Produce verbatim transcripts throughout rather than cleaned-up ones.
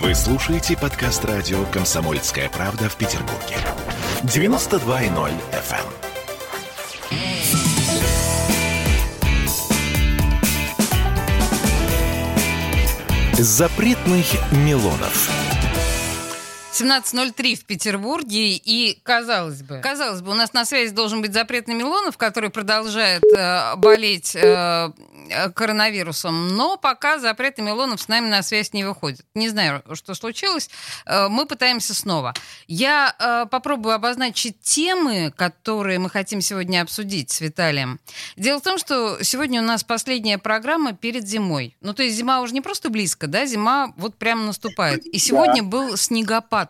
Вы слушаете подкаст радио «Комсомольская правда» в Петербурге. девяносто два и ноль эф эм. Запретных Милонов. семнадцать ноль три в Петербурге, и, казалось бы, казалось бы, у нас на связи должен быть Запретный Милонов, который продолжает э, болеть э, коронавирусом, но пока Запретный Милонов с нами на связь не выходит. Не знаю, что случилось, э, мы пытаемся снова. Я э, попробую обозначить темы, которые мы хотим сегодня обсудить с Виталием. Дело в том, что сегодня у нас последняя программа перед зимой. Ну, то есть зима уже не просто близко, да, зима вот прямо наступает. И сегодня был снегопад.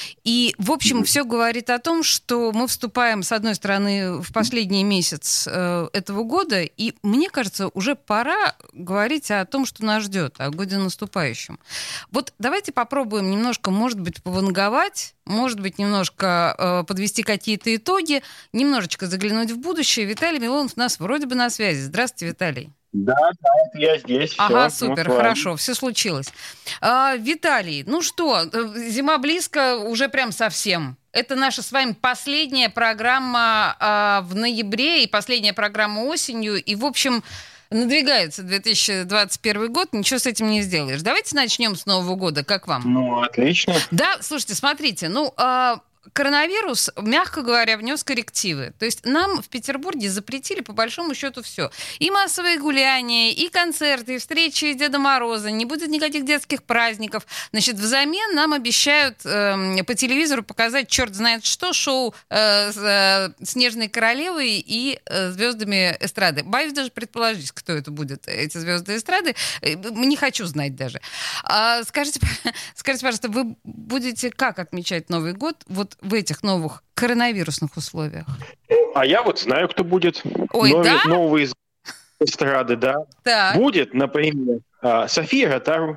И, в общем, все говорит о том, что мы вступаем, с одной стороны, в последний месяц э, этого года, и, мне кажется, уже пора говорить о том, что нас ждет, о годе наступающем. Вот давайте попробуем немножко, может быть, пованговать, может быть, немножко э, подвести какие-то итоги, немножечко заглянуть в будущее. Виталий Милонов у нас вроде бы на связи. Здравствуйте, Виталий. Да, да, я здесь. Ага, все, супер, ну, хорошо, все случилось. А, Виталий, ну что, зима близко уже прям совсем. Это наша с вами последняя программа а, в ноябре и последняя программа осенью. И, в общем, надвигается две тысячи двадцать первый год, ничего с этим не сделаешь. Давайте начнем с Нового года, как вам? Ну, отлично. Да, слушайте, смотрите, ну... А, коронавирус, мягко говоря, внес коррективы. То есть нам в Петербурге запретили по большому счету все. И массовые гуляния, и концерты, и встречи Деда Мороза. Не будет никаких детских праздников. Значит, взамен нам обещают э, по телевизору показать черт знает что, шоу э, с э, Снежной Королевой и э, звездами эстрады. Боюсь даже предположить, кто это будет, эти звезды эстрады. Не хочу знать даже. А, скажите, скажите, пожалуйста, вы будете как отмечать Новый год вот в этих новых коронавирусных условиях? А я вот знаю, кто будет. Ой, Новый, да? Новый из эстрады, да. Так. Будет, например, София Ротару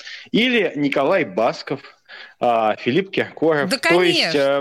или Николай Басков, Филипп Киркоров. Да, То есть конечно.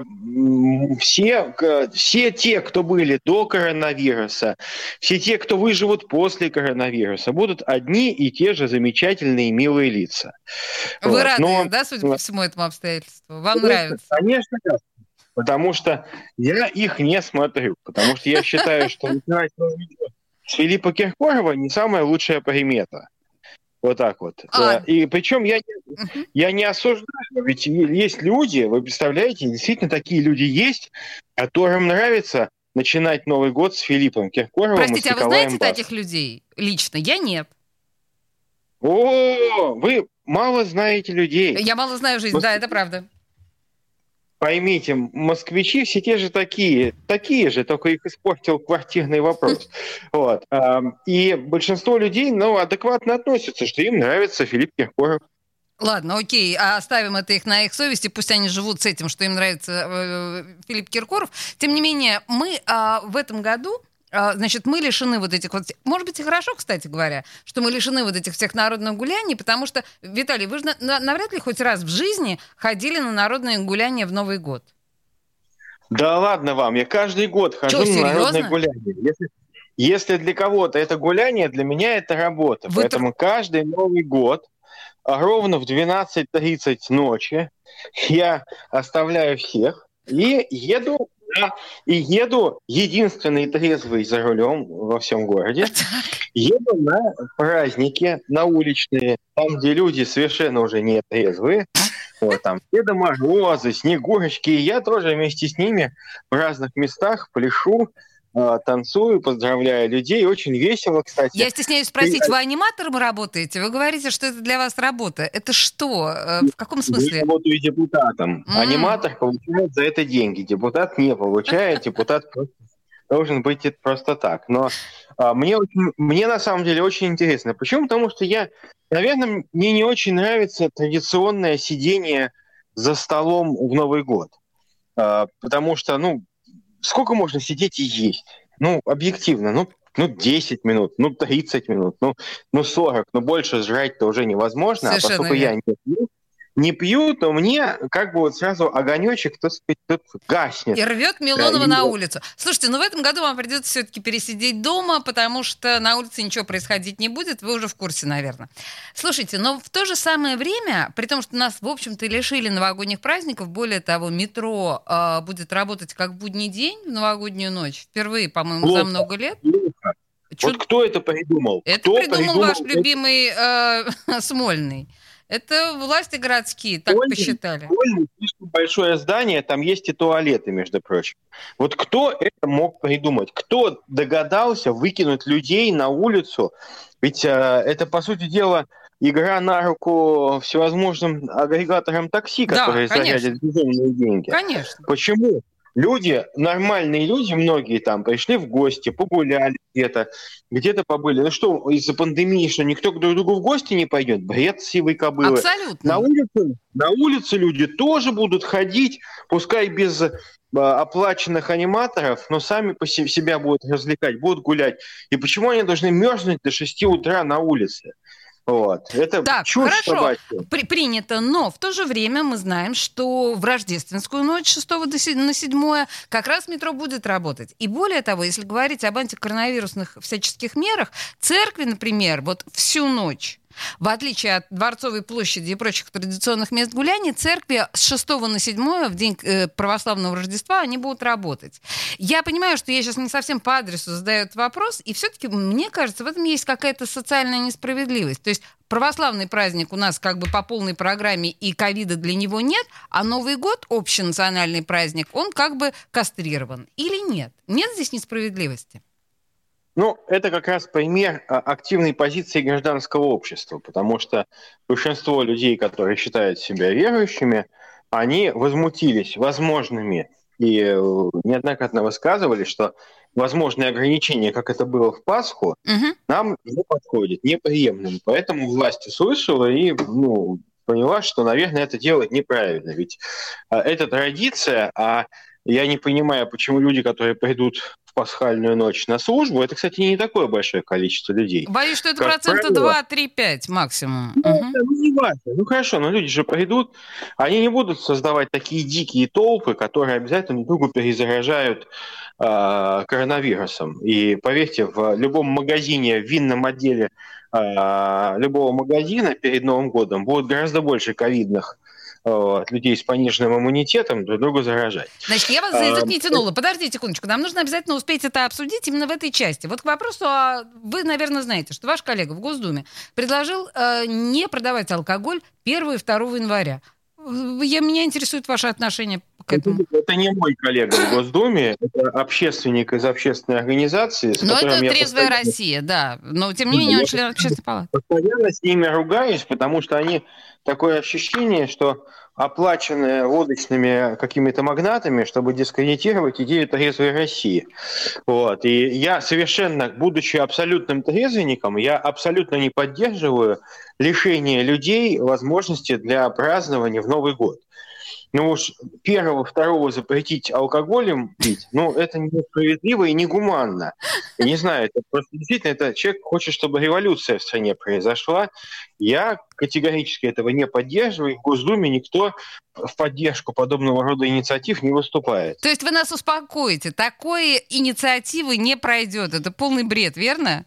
все, все те, кто были до коронавируса, все те, кто выживут после коронавируса, будут одни и те же замечательные милые лица. Вы вот. рады, Но... да, судя по всему этому обстоятельству? Вам конечно, нравится? Конечно, да. Потому что я их не смотрю. Потому что я считаю, что начинать с Филиппа Киркорова не самая лучшая примета. Вот так вот. А... И причем я, uh-huh. я не осуждаю, ведь есть люди, вы представляете, действительно такие люди есть, которым нравится начинать Новый год с Филиппом Киркоровым. Простите, и с а вы Николаем знаете Басковым. таких людей лично? Я нет. О, вы мало знаете людей. Я мало знаю жизнь, Мос... да, это правда. Поймите, москвичи все те же такие, такие же, только их испортил квартирный вопрос. Вот. И большинство людей, ну, адекватно относятся, что им нравится Филипп Киркоров. Ладно, окей, а оставим это их на их совести, пусть они живут с этим, что им нравится э, Филипп Киркоров. Тем не менее, мы э, в этом году, э, значит, мы лишены вот этих вот... Может быть, и хорошо, кстати говоря, что мы лишены вот этих всех народных гуляний, потому что, Виталий, вы же на, навряд ли хоть раз в жизни ходили на народные гуляния в Новый год. Да ладно вам, я каждый год хожу Чё, на народные серьезно? гуляния. Если, если для кого-то это гуляние, для меня это работа. Вы Поэтому тр... каждый Новый год ровно в двенадцать тридцать ночи я оставляю всех и еду, да, и еду единственный трезвый за рулем во всем городе. Еду на праздники, на уличные, там, где люди совершенно уже не трезвые. Вот, там Деда Морозы, Снегурочки. И я тоже вместе с ними в разных местах пляшу, танцую, поздравляю людей. Очень весело, кстати. Я стесняюсь спросить, вы аниматором работаете? Вы говорите, что это для вас работа. Это что? В каком смысле? Я работаю депутатом. Mm. Аниматор получает за это деньги. Депутат не получает. Депутат должен быть просто так. Но а, мне, очень, мне на самом деле очень интересно. Почему? Потому что я, наверное, мне не очень нравится традиционное сидение за столом в Новый год. А, потому что, ну, сколько можно сидеть и есть? Ну, объективно, ну, ну десять минут, ну, тридцать минут, ну, ну, сорок, ну, больше жрать-то уже невозможно. Совершенно а поскольку верно. Я не пью, не пьют, но мне как бы вот сразу огонечек, так сказать, тут гаснет. И рвет Милонова да, на и... улицу. Слушайте, ну в этом году вам придется все-таки пересидеть дома, потому что на улице ничего происходить не будет, вы уже в курсе, наверное. Слушайте, но в то же самое время, при том, что нас, в общем-то, лишили новогодних праздников, более того, метро э, будет работать как в будний день в новогоднюю ночь, впервые, по-моему, Плохо. за много лет. Плохо. Чуд... Вот кто это придумал? Это кто придумал, придумал ваш это? любимый э, Смольный. Это власти городские так Смольный, посчитали. Смольный, слишком большое здание, там есть и туалеты, между прочим. Вот кто это мог придумать? Кто догадался выкинуть людей на улицу? Ведь э, это, по сути дела, игра на руку всевозможным агрегаторам такси, которые да, зарядят безумные деньги. Конечно. Почему? Люди, нормальные люди, многие там пришли в гости, погуляли где-то, где-то побыли. Ну что, из-за пандемии, что никто к друг другу в гости не пойдет? Бред сивой кобылы. Абсолютно. На улице, на улице люди тоже будут ходить, пускай без а, оплаченных аниматоров, но сами по себе себя будут развлекать, будут гулять. И почему они должны мерзнуть до шести утра на улице? Вот. Это так, чушь хорошо, При, принято, но в то же время мы знаем, что в рождественскую ночь с шестого на седьмое как раз метро будет работать. И более того, если говорить об антикоронавирусных всяческих мерах, церкви, например, вот всю ночь, в отличие от Дворцовой площади и прочих традиционных мест гуляния, церкви с шестого на седьмое в день православного Рождества они будут работать. Я понимаю, что я сейчас не совсем по адресу задаю этот вопрос, и все-таки, мне кажется, в этом есть какая-то социальная несправедливость. То есть православный праздник у нас как бы по полной программе, и ковида для него нет, а Новый год, общенациональный праздник, он как бы кастрирован. Или нет? Нет здесь несправедливости? Ну, это как раз пример активной позиции гражданского общества, потому что большинство людей, которые считают себя верующими, они возмутились возможными и неоднократно высказывали, что возможные ограничения, как это было в Пасху, угу. нам не подходят, неприемлемы. Поэтому власть услышала и ну, поняла, что, наверное, это делать неправильно. Ведь это традиция, а я не понимаю, почему люди, которые придут в пасхальную ночь на службу, это, кстати, не такое большое количество людей. Боюсь, что это как процента два, три, пять максимум. Ну, угу. это, ну, не важно. Ну, хорошо, но люди же придут, они не будут создавать такие дикие толпы, которые обязательно друг другу перезаражают э, коронавирусом. И поверьте, в любом магазине, в винном отделе э, любого магазина перед Новым годом будет гораздо больше ковидных от людей с пониженным иммунитетом друг друга заражать. Значит, я вас за язык не тянула. Подождите секундочку. Нам нужно обязательно успеть это обсудить именно в этой части. Вот к вопросу, а вы, наверное, знаете, что ваш коллега в Госдуме предложил э, не продавать алкоголь первого и второго января. Я, меня интересует ваше отношение к этому. Это, это не мой коллега в Госдуме, это общественник из общественной организации. С Но это «Трезвая постоянно... Россия», да. Но, тем не менее, он член общественной палаты. Постоянно с ними ругаюсь, потому что они... Такое ощущение, что оплаченные водочными какими-то магнатами, чтобы дискредитировать идею трезвой России. Вот. И я совершенно, будучи абсолютным трезвенником, я абсолютно не поддерживаю лишение людей возможности для празднования в Новый год. Ну уж первого, второго запретить алкоголем пить, ну это несправедливо и негуманно. Я не знаю, это просто действительно, это человек хочет, чтобы революция в стране произошла. Я категорически этого не поддерживаю. В Госдуме никто в поддержку подобного рода инициатив не выступает. То есть вы нас успокоите, такой инициативы не пройдет. Это полный бред, верно?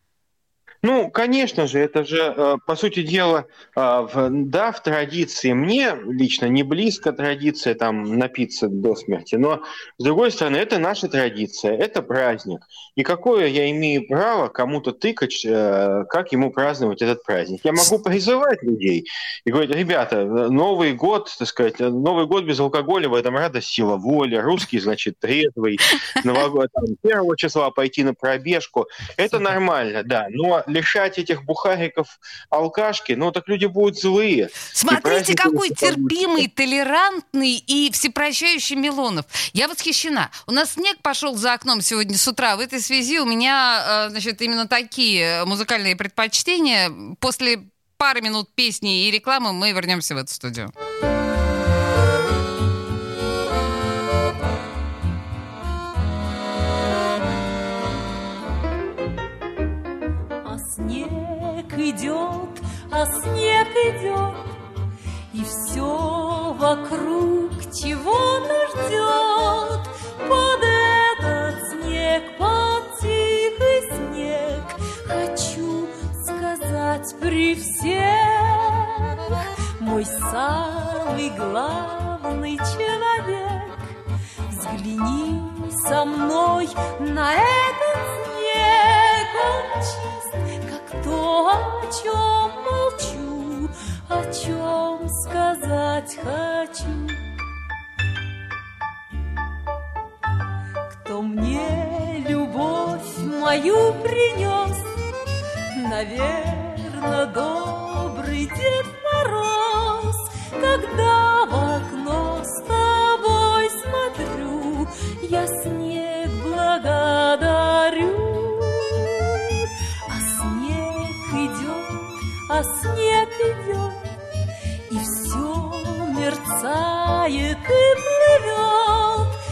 Ну, конечно же, это же, по сути дела, да, в традиции, мне лично не близко традиция там напиться до смерти, но, с другой стороны, это наша традиция, это праздник. И какое я имею право кому-то тыкать, как ему праздновать этот праздник? Я могу призывать людей и говорить: ребята, Новый год, так сказать, Новый год без алкоголя, в этом радость, сила воли, русский, значит, трезвый, Новогод, там, первого числа пойти на пробежку, это нормально, да, но лишать этих бухариков алкашки, ну так люди будут злые. Смотрите, какой терпимый, толерантный и всепрощающий Милонов. Я восхищена. У нас снег пошел за окном сегодня с утра. В этой связи у меня, значит, именно такие музыкальные предпочтения. После пары минут песни и рекламы мы вернемся в эту студию. Идет, а снег идет, и все вокруг чего-то ждет. Под этот снег, под тихий снег хочу сказать при всех: мой самый главный человек, взгляни со мной на этот снег. Он чист, как то, о чем молчу, о чем сказать хочу. Кто мне любовь мою принес? Наверно, добрый Дед Мороз. Когда в окно с тобой смотрю, я снег благодарю. А снег идет, а снег идет, и все мерцает и плывет.